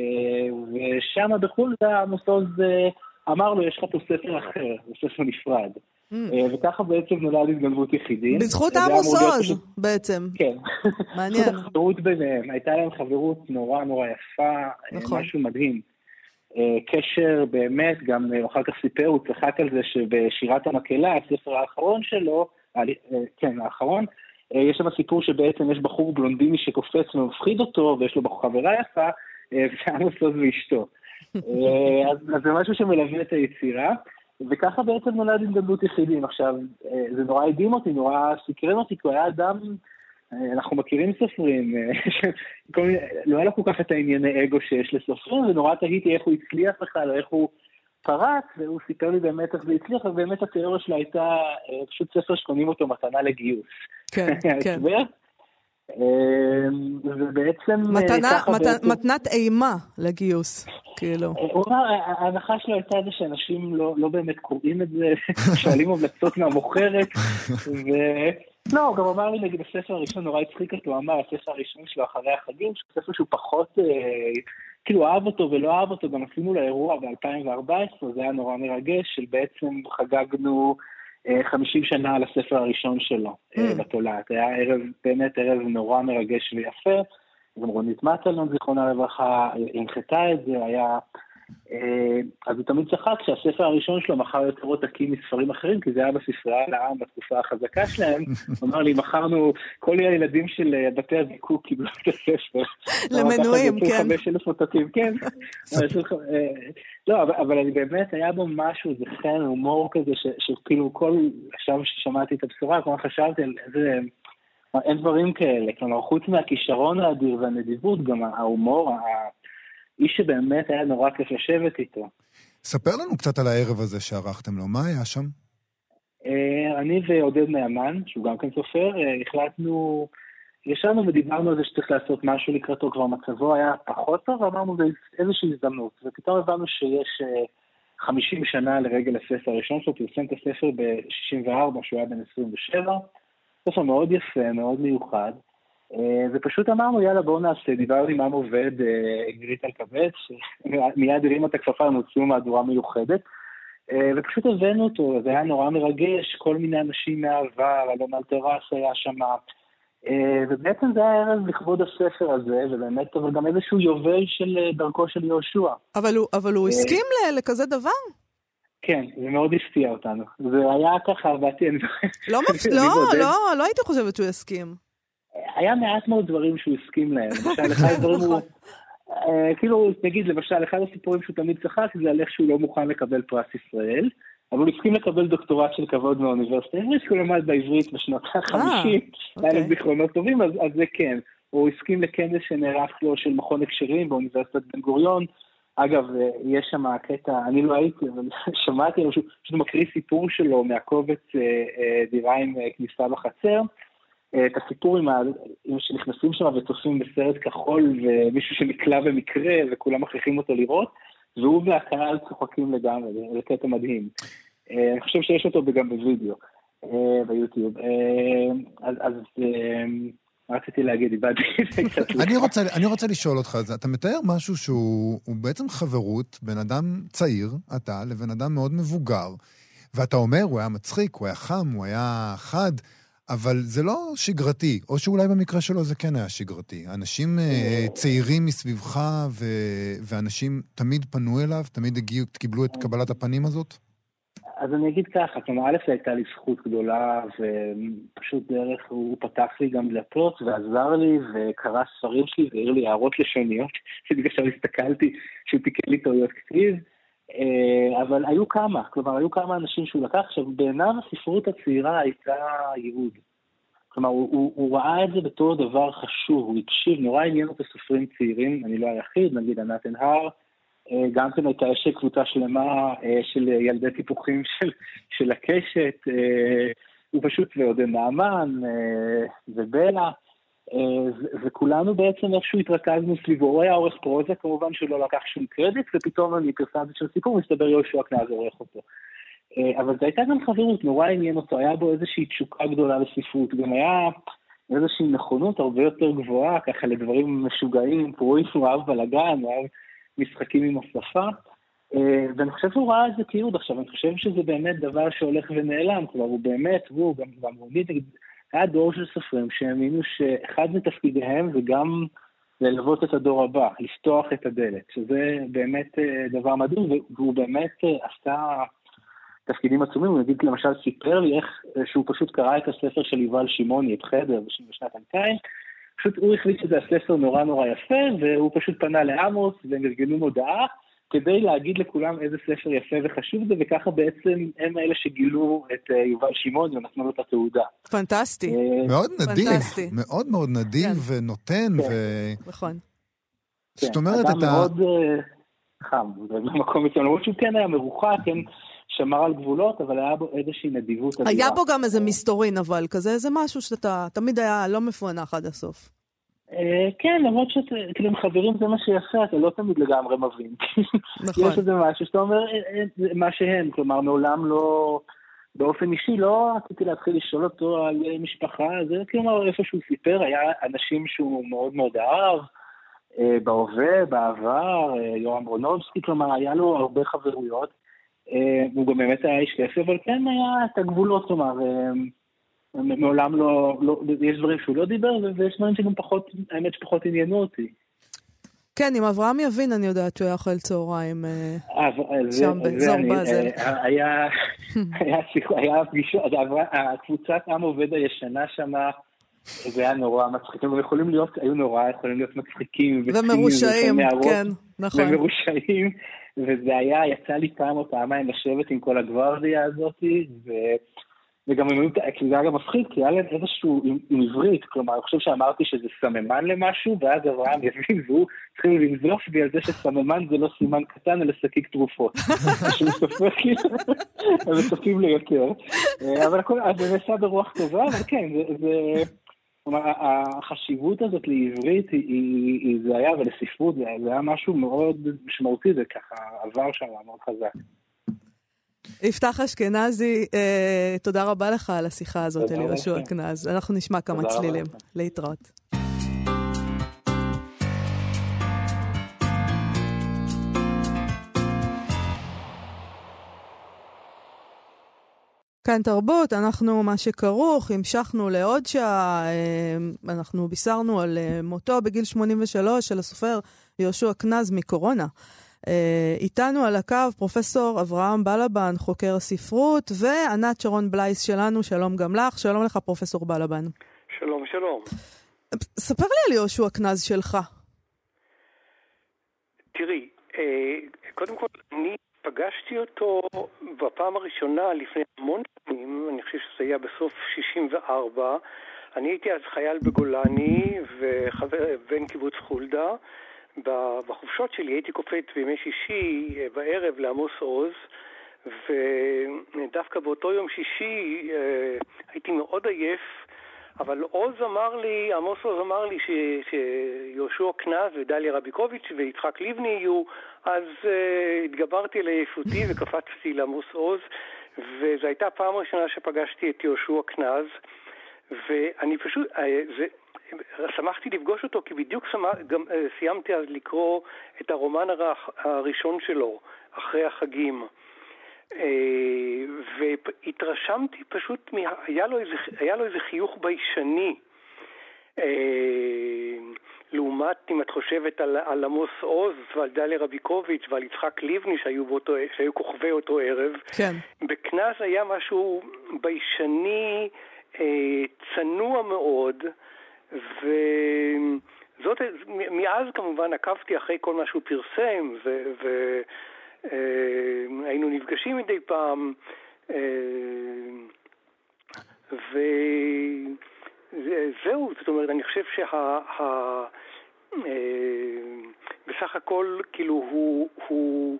ושם בחולדה עמוס עוז אמר לו, יש לך פה ספר אחר, זה ספר נפרד. וככה בעצם נולד התגנבות יחידים. בזכות עמוס עוז בעצם. כן. מעניין. בזכות החברות ביניהם, הייתה להם חברות נורא נורא יפה, משהו מדהים. קשר באמת, גם אחר כך סיפר, הוא צחק על זה שבשירת המקהלה, הספר האחרון שלו, כן, האחרון, יש שם סיפור שבעצם יש בחור בלונדיני שקופץ ומפחיד אותו, ויש לו בחור חברה יפה, וזה עמוס עוז ואשתו. אז זה משהו שמלווה את היצירה, וככה בעצם נולד התגלות יחידים. עכשיו, זה נורא הדהים אותי, נורא סקרן אותי, כי הוא היה אדם, אנחנו מכירים סופרים, לא היה לו כל כך את הענייני אגו שיש לסופרים, ונורא תהיתי איך הוא הצליח בכלל, או איך הוא פרץ, והוא סיפר לי באמת איך זה הצליח, ובאמת התיאוריה שלה הייתה פשוט ספר שקונים אותו מתנה לגיוס. כן, כן. ובעצם... מתנת אימה לגיוס, כאילו. הוא אמר, ההנחה שלו הייתה זה שאנשים לא באמת קוראים את זה, שואלים המלצות מהמוכרת, ולא, הוא גם אמר לי נגיד הספר הראשון נורא הצחיק אותו, הוא אמר, הספר הראשון שלו אחרי החגים, ספר שהוא פחות, כאילו אהב אותו ולא אהב אותו, גם עשינו לאירוע ב-אלפיים וארבע עשרה, זה היה נורא מרגש, של בעצם חגגנו חמישים שנה על הספר הראשון שלו בתולעת. היה ערב, באמת ערב נורא מרגש ויפה, גם רונית מטלון, זיכרונה לברכה, הנחתה את זה, היה... אז הוא תמיד צחק שהספר הראשון שלו מכר יותר עותקים מספרים אחרים, כי זה היה בספרייה לעם בתקופה החזקה שלהם. הוא אמר לי, מכרנו, כל הילדים של בתי הזיקוק קיבלו את הספר. למנויים, כן. חמש אלף עותקים, כן. לא, אבל אני באמת, היה בו משהו, זה חן, הומור כזה, שכאילו כל, עכשיו ששמעתי את הבשורה, כמו חשבתי על איזה... אין דברים כאלה, כלומר, חוץ מהכישרון האדיר והנדיבות, גם ההומור, איש שבאמת היה נורא כיף לשבת איתו. ספר לנו קצת על הערב הזה שערכתם לו, מה היה שם? אני ועודד נאמן, שהוא גם כן סופר, החלטנו, ישבנו ודיברנו על זה שצריך לעשות משהו לקראתו, כבר מצבו היה פחות טוב, ואמרנו זה איזושהי הזדמנות, ופתאום הבנו שיש חמישים שנה לרגל הספר הראשון שלו, פרסם את הספר ב-שישים וארבע, שהוא היה בן עשרים ושבע, ספר מאוד יפה, מאוד מיוחד, ופשוט אמרנו, יאללה, בואו נעשה, דיברנו עם עם עובד, גרית על קבץ, מיד הרים את הכפפה, הם הוציאו מהדורה מיוחדת, ופשוט הבאנו אותו, זה היה נורא מרגש, כל מיני אנשים מהעבר, אלון אלטרס היה שם, ובעצם זה היה ערב לכבוד הספר הזה, ובאמת, אבל גם איזשהו יובל של דרכו של יהושע. אבל הוא, אבל הוא הסכים לכזה דבר? כן, זה מאוד הפתיע אותנו. זה היה ככה, באתי, אני... לא, לא, לא, לא הייתי חושבת שהוא יסכים. היה מעט מאוד דברים שהוא הסכים להם. למשל, אחד הדברים הוא... כאילו, נגיד, למשל, אחד הסיפורים שהוא תמיד צחק, זה על איך שהוא לא מוכן לקבל פרס ישראל, אבל הוא הסכים לקבל דוקטורט של כבוד מהאוניברסיטה העברית, שהוא למד בעברית בשנות ה-חמישים, היה לו זיכרונות טובים, אז זה כן. הוא הסכים לכנס שנערך לו של מכון הקשרים באוניברסיטת בן גוריון. אגב, יש שם קטע, אני לא הייתי, אבל שמעתי, שהוא פשוט מקריא סיפור שלו מהקובץ דירה עם כניסה בחצר, את הסיפור עם, ה... עם שנכנסים שם וצופים בסרט כחול ומישהו שנקלע במקרה וכולם מכריחים אותו לראות, והוא והקהל צוחקים לגמרי, זה קטע מדהים. אני חושב שיש אותו גם בווידאו, ביוטיוב. אז, אז רציתי להגיד, איבדתי קצת. אני רוצה, אני רוצה לשאול אותך, אתה מתאר משהו שהוא בעצם חברות בין אדם צעיר, אתה, לבין אדם מאוד מבוגר, ואתה אומר, הוא היה מצחיק, הוא היה חם, הוא היה חד, אבל זה לא שגרתי, או שאולי במקרה שלו זה כן היה שגרתי. אנשים צעירים מסביבך, ואנשים תמיד פנו אליו, תמיד הגיעו, קיבלו את קבלת הפנים הזאת? אז אני אגיד ככה, כלומר, א' הייתה לי זכות גדולה, ופשוט דרך הוא פתח לי גם דלתות, ועזר לי, וקרא ספרים שלי, והעיר לי הערות לשוניות, שבגלל שאני הסתכלתי, שהוא תיקן לי טעויות כתיב, אבל היו כמה, כלומר, היו כמה אנשים שהוא לקח, עכשיו, בעיניו הספרות הצעירה הייתה ייעוד. כלומר, הוא, הוא, הוא ראה את זה בתור דבר חשוב, הוא הקשיב, נורא עניין אותו סופרים צעירים, אני לא היחיד, נגיד ענת אנהר, גם כן הייתה יש קבוצה שלמה של ילדי טיפוחים של, של הקשת, הוא פשוט ועודד נאמן ובלה, וכולנו בעצם איכשהו התרכזנו סביבו, הוא היה עורך פרוזה, כמובן שהוא לא לקח שום קרדיט, ופתאום אני פרסמתי של סיפור, מסתבר יהושע קנז עורך אותו. אבל זו הייתה גם חברות, נורא עניין אותו, היה בו איזושהי תשוקה גדולה לספרות, גם היה איזושהי נכונות הרבה יותר גבוהה, ככה לדברים משוגעים, פרועים שהוא אהב בלגן, הוא אהב משחקים עם השפה, ואני חושב שהוא ראה את זה כיעוד. עכשיו, אני חושב שזה באמת דבר שהולך ונעלם, כבר הוא באמת, והוא גם, גם רונית, היה דור של סופרים שהאמינו שאחד מתפקידיהם וגם ללוות את הדור הבא, לפתוח את הדלת, שזה באמת דבר מדהים, והוא באמת עשה תפקידים עצומים. הוא נגיד למשל סיפר לי איך שהוא פשוט קרא את הספר של יובל שמעוני, את חדר, בשנת אלפיים, פשוט הוא החליט שזה הספר נורא נורא יפה, והוא פשוט פנה לעמוס, והם ארגנו מודעה, כדי להגיד לכולם איזה ספר יפה וחשוב זה, וככה בעצם הם האלה שגילו את יובל שמעון ונתנו לו את התעודה. פנטסטי. מאוד נדיב, מאוד מאוד נדיב ונותן. נכון. זאת אומרת, אדם מאוד חם, במקום מסוים, למרות שהוא כן היה מרוחק, כן שמר על גבולות, אבל היה בו איזושהי נדיבות. היה בו גם איזה מסתורין, אבל כזה, איזה משהו שאתה תמיד היה לא מפוענח עד הסוף. כן, למרות שכאילו חברים זה מה שיפה, אתה לא תמיד לגמרי מבין. נכון. יש איזה משהו שאתה אומר, מה שהם, כלומר, מעולם לא, באופן אישי, לא רציתי להתחיל לשאול אותו על משפחה, זה כלומר, איפה שהוא סיפר, היה אנשים שהוא מאוד מאוד אהב, בהווה, בעבר, יורם ברונובסקי, כלומר, היה לו הרבה חברויות, הוא גם באמת היה איש כסף, אבל כן היה את הגבולות, כלומר, מעולם לא, לא, יש דברים שהוא לא דיבר, ויש דברים שגם פחות, האמת שפחות עניינו אותי. כן, עם אברהם יבין, אני יודעת שהוא היה אוכל צהריים שם באזור באזל. היה, היה פגישות, הקבוצת עם עובד הישנה שמה, זה היה נורא מצחיק, הם יכולים להיות, היו נורא, יכולים להיות מצחיקים. ומרושעים, כן, נכון. ומרושעים, וזה היה, יצא לי פעם או פעמיים לשבת עם כל הגוורדיה הזאת, ו... וגם הם היו, כי זה היה גם מפחיד, כי היה להם איזשהו עם, עם עברית, כלומר, אני חושב שאמרתי שזה סממן למשהו, ואז אברהם יבין, והוא צריכים לנזוף בי על זה שסממן זה לא סימן קטן, אלא שקיק תרופות. הם מסופים לי יותר. אבל הכל, אז זה נעשה ברוח טובה, אבל כן, זה, זה, כלומר, החשיבות הזאת לעברית, היא, היא, זה היה, ולספרות, זה, זה היה משהו מאוד משמעותי, זה ככה עבר שם מאוד חזק. יפתח אשכנזי, אה, תודה רבה לך על השיחה הזאת, אל יהושע קנז. אנחנו נשמע כמה צלילים. להתראות. כאן תרבות, אנחנו מה שכרוך, המשכנו לעוד שעה, אה, אנחנו בישרנו על אה, מותו בגיל שמונים ושלוש של הסופר יהושע קנז מקורונה. Uh, איתנו על הקו פרופסור אברהם בלבן, חוקר ספרות, וענת שרון בלייס שלנו, שלום גם לך. שלום לך פרופסור בלבן. שלום, שלום. ספר לי על יהושע קנז שלך. תראי, קודם כל אני פגשתי אותו בפעם הראשונה לפני המון שנים, אני חושב שזה היה בסוף שישים וארבע. אני הייתי אז חייל בגולני ובן קיבוץ חולדה. בחופשות שלי הייתי קופץ בימי שישי בערב לעמוס עוז, ודווקא באותו יום שישי הייתי מאוד עייף, אבל עוז אמר לי, עמוס עוז אמר לי ש, שיהושע קנז ודליה רביקוביץ' ויצחק לבני יהיו, אז התגברתי לעייפותי וקפצתי לעמוס עוז, וזו הייתה הפעם הראשונה שפגשתי את יהושע קנז, ואני פשוט, זה... שמחתי לפגוש אותו, כי בדיוק שמח, גם, סיימתי אז לקרוא את הרומן הראשון שלו, אחרי החגים. והתרשמתי פשוט, היה לו איזה, היה לו איזה חיוך ביישני. לעומת, אם את חושבת על, על עמוס עוז ועל דליה רביקוביץ' ועל יצחק לבני שהיו, באותו, שהיו כוכבי אותו ערב. כן. בקנז היה משהו ביישני, צנוע מאוד, וזאת, מאז כמובן עקבתי אחרי כל מה שהוא פרסם, והיינו נפגשים מדי פעם, וזהו, זאת אומרת, אני חושב שה... בסך הכל, כאילו, הוא, הוא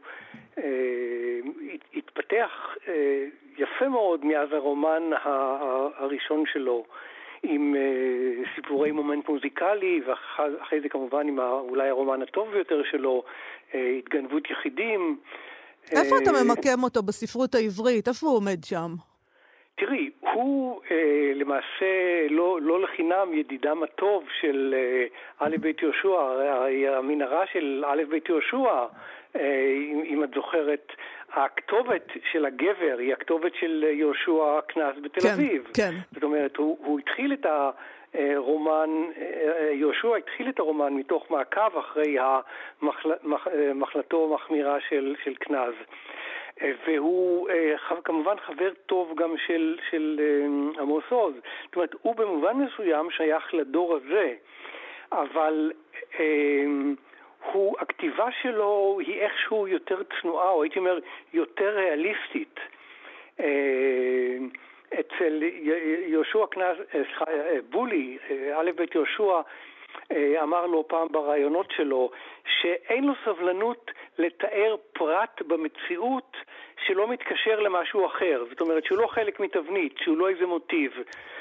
התפתח יפה מאוד מאז הרומן הראשון שלו, עם uh, סיפורי מומנט מוזיקלי, ואחרי זה כמובן עם אולי הרומן הטוב ביותר שלו, uh, התגנבות יחידים. איפה uh, אתה ממקם אותו בספרות העברית? איפה הוא עומד שם? תראי, הוא uh, למעשה לא, לא לחינם ידידם הטוב של uh, א' בית יהושע, המנהרה של א' בית יהושע, uh, אם, אם את זוכרת, הכתובת של הגבר היא הכתובת של יהושע קנז בתל כן, אביב. כן. זאת אומרת, הוא, הוא התחיל את הרומן, יהושע התחיל את הרומן מתוך מעקב אחרי המחל, מח, מחלתו המחמירה של, של קנז. והוא כמובן חבר טוב גם של, של עמוס עוז. זאת אומרת, הוא במובן מסוים שייך לדור הזה. אבל אה, הוא, הכתיבה שלו היא איכשהו יותר צנועה, או הייתי אומר יותר ריאליסטית. אה, אצל יהושע קנז, בולי, א' בית יהושע, אמר לו פעם ברעיונות שלו שאין לו סבלנות לתאר פרט במציאות שלא מתקשר למשהו אחר. זאת אומרת שהוא לא חלק מתבנית, שהוא לא איזה מוטיב.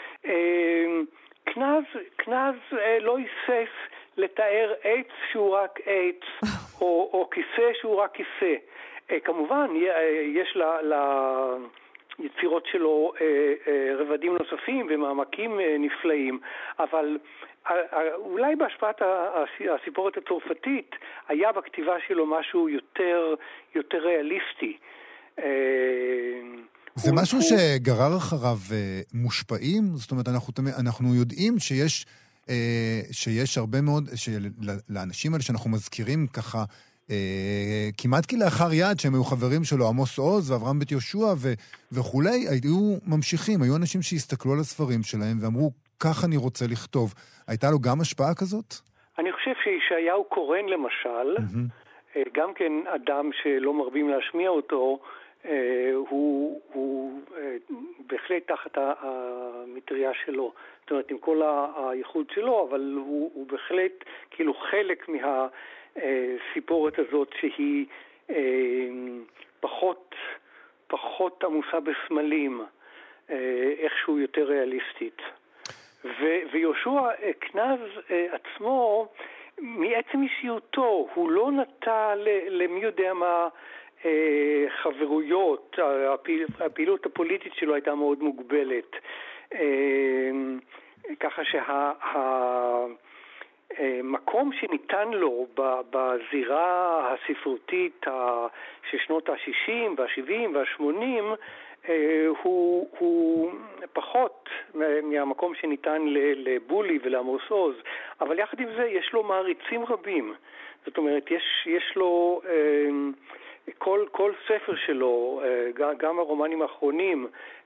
קנז, קנז לא היסס לתאר עץ שהוא רק עץ, או, או כיסא שהוא רק כיסא. כמובן, יש ל... ל יצירות שלו אה, אה, רבדים נוספים ומעמקים אה, נפלאים, אבל אה, אולי בהשפעת הסיפורת הצרפתית היה בכתיבה שלו משהו יותר, יותר ריאליסטי. אה, זה הוא, משהו הוא... שגרר אחריו אה, מושפעים? זאת אומרת, אנחנו, אנחנו יודעים שיש, אה, שיש הרבה מאוד, שלאנשים האלה שאנחנו מזכירים ככה, Uh, כמעט כלאחר יד שהם היו חברים שלו, עמוס עוז ואברהם בית יהושע ו- וכולי, היו ממשיכים, היו אנשים שהסתכלו על הספרים שלהם ואמרו, כך אני רוצה לכתוב. הייתה לו גם השפעה כזאת? אני חושב שישעיהו קורן למשל, mm-hmm. uh, גם כן אדם שלא מרבים להשמיע אותו, uh, הוא, הוא uh, בהחלט תחת המטריה שלו, זאת אומרת עם כל הייחוד שלו, אבל הוא, הוא בהחלט כאילו חלק מה... סיפורת הזאת שהיא אה, פחות, פחות עמוסה בסמלים, אה, איכשהו יותר ריאליסטית. ו- ויהושע קנז אה, עצמו, מעצם אישיותו, הוא לא נטה ל- למי יודע מה אה, חברויות, הפעיל, הפעילות הפוליטית שלו הייתה מאוד מוגבלת. אה, ככה שה... ה- מקום שניתן לו בזירה הספרותית של שנות ה-שישים וה-שבעים וה-שמונים הוא, הוא פחות מהמקום שניתן לבולי ולעמוס עוז, אבל יחד עם זה יש לו מעריצים רבים. זאת אומרת, יש, יש לו כל, כל ספר שלו, גם הרומנים האחרונים,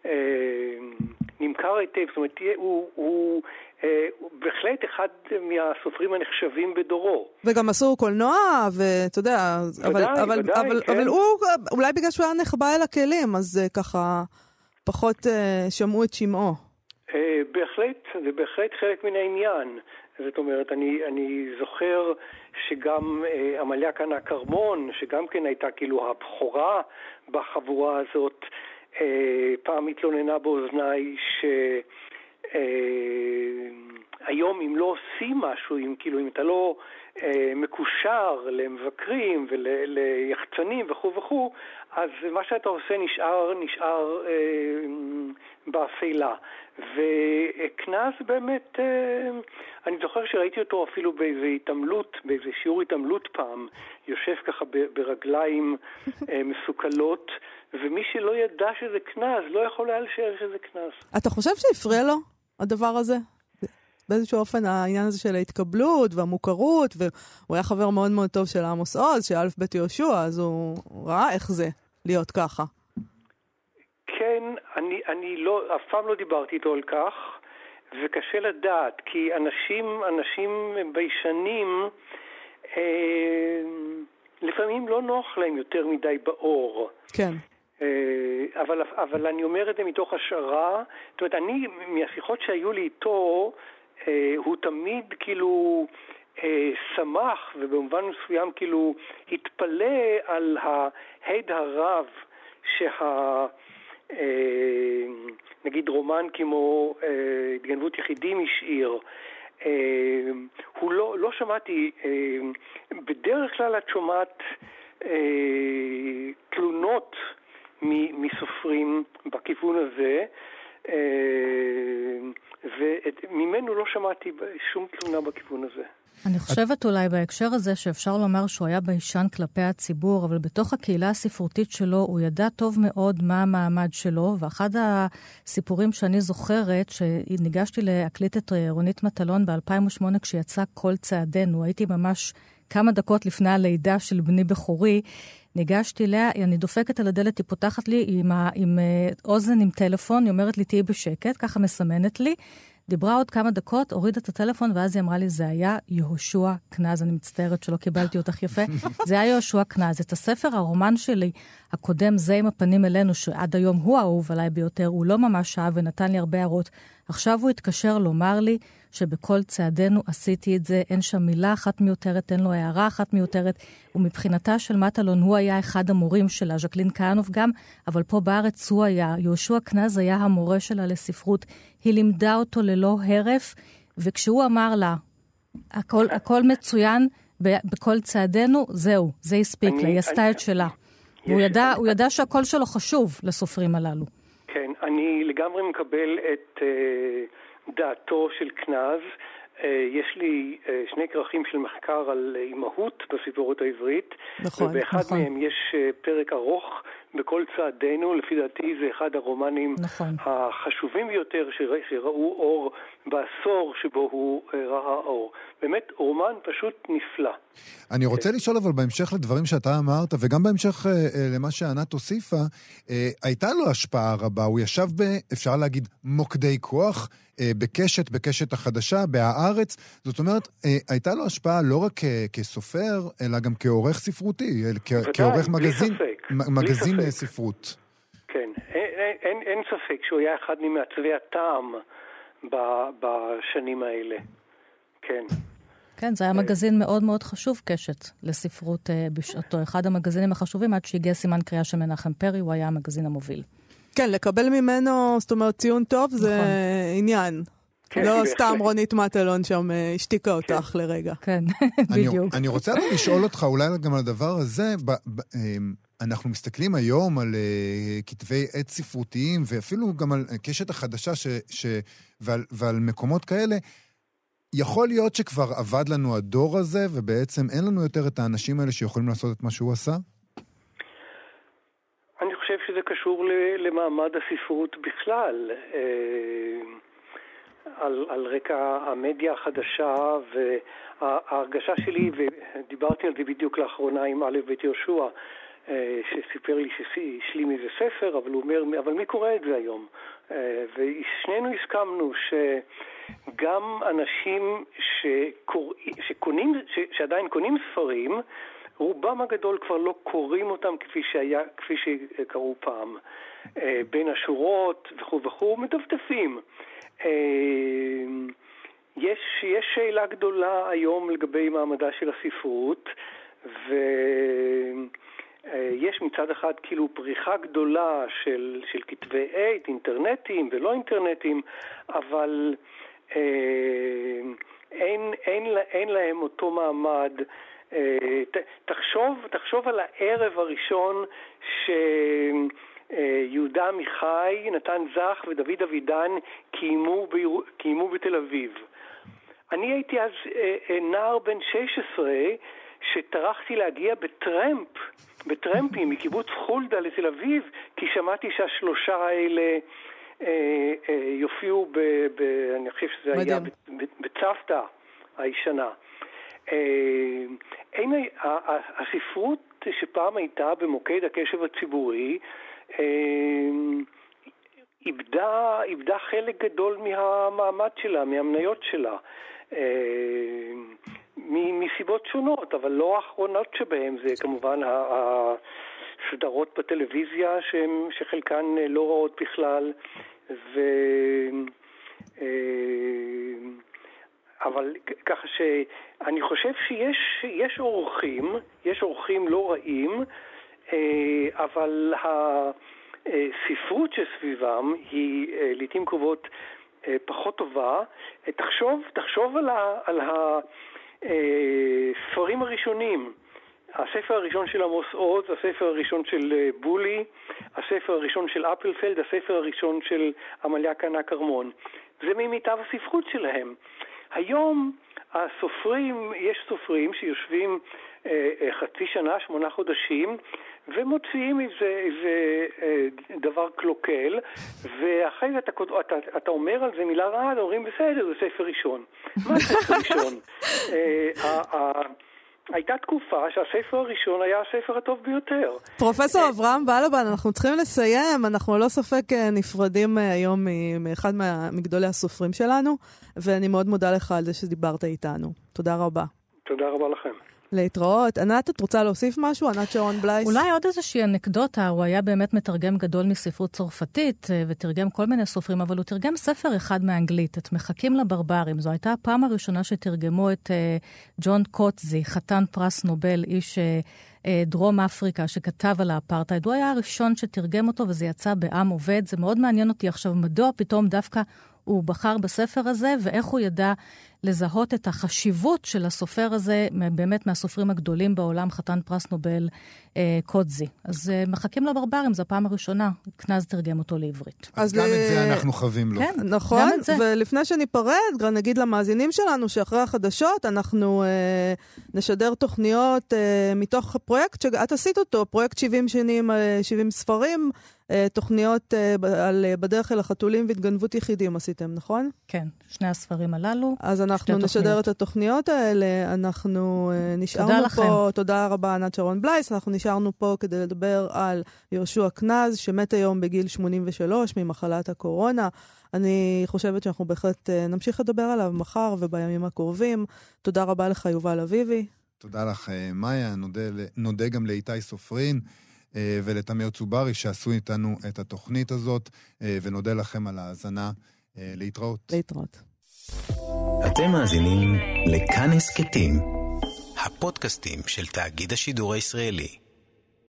נמכר היטב. זאת אומרת, הוא, הוא הוא בהחלט אחד מהסופרים הנחשבים בדורו. וגם עשו קולנוע, ואתה יודע, אבל, אבל, ודאי, אבל, כן. אבל הוא, אולי בגלל שהוא היה נחבא אל הכלים, אז ככה פחות שמעו את שמעו. בהחלט, זה בהחלט חלק מן העניין. זאת אומרת, אני, אני זוכר שגם עמליה קנה קרמון, שגם כן הייתה כאילו הבכורה בחבורה הזאת, פעם התלוננה באוזניי ש... היום אם לא עושים משהו, אם כאילו אם אתה לא מקושר למבקרים וליחצנים וכו' וכו', אז מה שאתה עושה נשאר, נשאר באפלה. וקנז באמת, אני זוכר שראיתי אותו אפילו באיזו התעמלות, באיזה שיעור התעמלות פעם, יושב ככה ברגליים מסוכלות, ומי שלא ידע שזה קנז, לא יכול היה לשער שזה קנז. אתה חושב שהפריע לו הדבר הזה? באיזשהו אופן העניין הזה של ההתקבלות והמוכרות, והוא היה חבר מאוד מאוד טוב של עמוס עוז, של א' בית יהושע, אז הוא ראה איך זה להיות ככה. כן, אני, אני לא, אף פעם לא דיברתי איתו על כך, וקשה לדעת, כי אנשים, אנשים בישנים, אה, לפעמים לא נוח להם יותר מדי באור. כן. אבל, אבל אני אומר את זה מתוך השערה. זאת אומרת, אני, מהשיחות שהיו לי איתו, הוא תמיד כאילו שמח, ובמובן מסוים כאילו התפלא על ההד הרב שה... נגיד רומן כמו התגנבות יחידים השאיר. הוא לא, לא שמעתי, בדרך כלל את שומעת תלונות מסופרים בכיוון הזה, וממנו לא שמעתי שום תלונה בכיוון הזה. אני חושבת אולי בהקשר הזה שאפשר לומר שהוא היה ביישן כלפי הציבור, אבל בתוך הקהילה הספרותית שלו הוא ידע טוב מאוד מה המעמד שלו, ואחד הסיפורים שאני זוכרת, שניגשתי להקליט את רונית מטלון ב-אלפיים ושמונה כשיצא כל צעדנו, הייתי ממש כמה דקות לפני הלידה של בני בחורי, ניגשתי לה, אני דופקת על הדלת, היא פותחת לי עם, ה, עם אוזן עם טלפון, היא אומרת לי תהי בשקט, ככה מסמנת לי, דיברה עוד כמה דקות, הורידה את הטלפון, ואז היא אמרה לי, זה היה יהושע קנז, אני מצטערת שלא קיבלתי אותך יפה, זה היה יהושע קנז. את הספר, הרומן שלי, הקודם, זה עם הפנים אלינו, שעד היום הוא האהוב עליי ביותר, הוא לא ממש אהב ונתן לי הרבה הערות. עכשיו הוא התקשר לומר לי, שבכל צעדינו עשיתי את זה, אין שם מילה אחת מיותרת, אין לו הערה אחת מיותרת, ומבחינתה של מטלון הוא היה אחד המורים שלה, ז'קלין כהנוב גם, אבל פה בארץ הוא היה, יהושע קנז היה המורה שלה לספרות, היא לימדה אותו ללא הרף, וכשהוא אמר לה, הכל, הכל מצוין בכל צעדינו, זהו, זה הספיק לה, היא עשתה את שלה. הוא ידע, הוא ידע שהכל שלו חשוב לסופרים הללו. כן, אני לגמרי מקבל את uh, דעתו של קנז. Uh, יש לי uh, שני כרכים של מחקר על אימהות בספרות העברית. נכון, ובאחד נכון. מהם יש uh, פרק ארוך בכל צעדינו. לפי דעתי זה אחד הרומנים נכון. החשובים ביותר שרא, שראו אור בעשור שבו הוא uh, ראה אור. באמת, רומן פשוט נפלא. אני רוצה כן. לשאול אבל בהמשך לדברים שאתה אמרת, וגם בהמשך uh, uh, למה שענת הוסיפה, uh, הייתה לו השפעה רבה. הוא ישב ב, אפשר להגיד, מוקדי כוח, בקשת, בקשת החדשה, בהארץ. זאת אומרת, הייתה לו השפעה לא רק כסופר, אלא גם כעורך ספרותי, כעורך מגזין, מגזין ספרות. כן, אין, אין, אין ספק שהוא היה אחד ממעצבי הטעם בשנים האלה. כן. כן, זה היה מגזין מאוד מאוד חשוב, קשת, לספרות בשעתו. אחד המגזינים החשובים, עד שהגיע סימן קריאה של מנחם פרי, הוא היה המגזין המוביל. כן, לקבל ממנו, זאת אומרת, ציון טוב זה עניין. לא סתם רונית מטלון שם השתיקה אותך לרגע. כן, בדיוק. אני רוצה לשאול אותך אולי גם על הדבר הזה, אנחנו מסתכלים היום על כתבי עת ספרותיים, ואפילו גם על קשת החדשה ועל מקומות כאלה, יכול להיות שכבר עבד לנו הדור הזה, ובעצם אין לנו יותר את האנשים האלה שיכולים לעשות את מה שהוא עשה? אני חושב שזה קשור למעמד הספרות בכלל, על, על רקע המדיה החדשה, וההרגשה שלי, ודיברתי על זה בדיוק לאחרונה עם א' בית יהושע, שסיפר לי שהשלים איזה ספר, אבל הוא אומר, אבל מי קורא את זה היום? ושנינו הסכמנו שגם אנשים שקורא, שקונים, שעדיין קונים ספרים, רובם הגדול כבר לא קוראים אותם כפי שהיה, כפי שקראו פעם. בין השורות וכו' וכו', מדפדפים. יש, יש שאלה גדולה היום לגבי מעמדה של הספרות, ויש מצד אחד כאילו פריחה גדולה של, של כתבי עת, אינטרנטיים ולא אינטרנטיים, אבל אין, אין, אין להם אותו מעמד. תחשוב, תחשוב על הערב הראשון שיהודה עמיחי, נתן זך ודוד אבידן קיימו, קיימו בתל אביב. אני הייתי אז נער בן שש עשרה שטרחתי להגיע בטרמפ, בטרמפים מקיבוץ חולדה לתל אביב, כי שמעתי שהשלושה האלה יופיעו, ב, ב, אני חושב שזה היה בצוותא הישנה. אין, הספרות שפעם הייתה במוקד הקשב הציבורי איבדה, איבדה חלק גדול מהמעמד שלה, מהמניות שלה, מסיבות שונות, אבל לא האחרונות שבהם זה כמובן הסדרות בטלוויזיה שחלקן לא רואות בכלל, ו... אבל ככה שאני חושב שיש יש אורחים, יש אורחים לא רעים, אבל הספרות שסביבם היא לעתים קרובות פחות טובה. תחשוב, תחשוב על, ה, על הספרים הראשונים. הספר הראשון של עמוס עוז, הספר הראשון של בולי, הספר הראשון של אפלפלד, הספר הראשון של עמליה קנה קרמון. זה ממיטב הספרות שלהם. היום הסופרים, יש סופרים שיושבים אה, חצי שנה, שמונה חודשים, ומוציאים איזה, איזה אה, דבר קלוקל, ואחרי זה אתה, אתה, אתה אומר על זה מילה רעה, אומרים בסדר, זה ספר ראשון. מה ספר ראשון? אה, אה, הייתה תקופה שהספר הראשון היה הספר הטוב ביותר. פרופסור אברהם בלבן, אנחנו צריכים לסיים, אנחנו לא ספק נפרדים היום מאחד מגדולי הסופרים שלנו, ואני מאוד מודה לך על זה שדיברת איתנו. תודה רבה. תודה רבה לכם. להתראות. ענת, את רוצה להוסיף משהו? ענת שרון בלייס? אולי עוד איזושהי אנקדוטה, הוא היה באמת מתרגם גדול מספרות צרפתית, ותרגם כל מיני סופרים, אבל הוא תרגם ספר אחד מאנגלית, את מחכים לברברים. זו הייתה הפעם הראשונה שתרגמו את uh, ג'ון קוטזי, חתן פרס נובל, איש uh, דרום אפריקה, שכתב על האפרטהייד. הוא היה הראשון שתרגם אותו, וזה יצא בעם עובד. זה מאוד מעניין אותי עכשיו, מדוע פתאום דווקא הוא בחר בספר הזה, ואיך הוא ידע לזהות את החשיבות של הסופר הזה, באמת מהסופרים הגדולים בעולם, חתן פרס נובל אה, קוטזי. אז אה, מחכים לברברים, זו הפעם הראשונה, כנז תרגם אותו לעברית. אז, אז גם ל... את זה אנחנו חווים לו. כן, נכון, ולפני שניפרד, נגיד למאזינים שלנו, שאחרי החדשות, אנחנו אה, נשדר תוכניות אה, מתוך הפרויקט, שאת עשית אותו, פרויקט שבעים שנים, אה, שבעים ספרים, תוכניות על בדרך אל החתולים והתגנבות יחידים עשיתם, נכון? כן, שני הספרים הללו. אז אנחנו נשדר את התוכניות האלה, אנחנו נשארנו פה, תודה רבה ענת שרון בלייס, אנחנו נשארנו פה כדי לדבר על יהושע קנז, שמת היום בגיל שמונים ושלוש ממחלת הקורונה. אני חושבת שאנחנו בהחלט נמשיך לדבר עליו מחר ובימים הקרובים. תודה רבה לך יובל אביבי. תודה לך מאיה, נודה, נודה גם לאיתי סופרין. ולתמיר צוברי שעשו איתנו את התוכנית הזאת, ונודה לכם על ההאזנה. להתראות. להתראות. אתם מאזינים לכאן הסכתים, הפודקאסטים של תאגיד השידור הישראלי.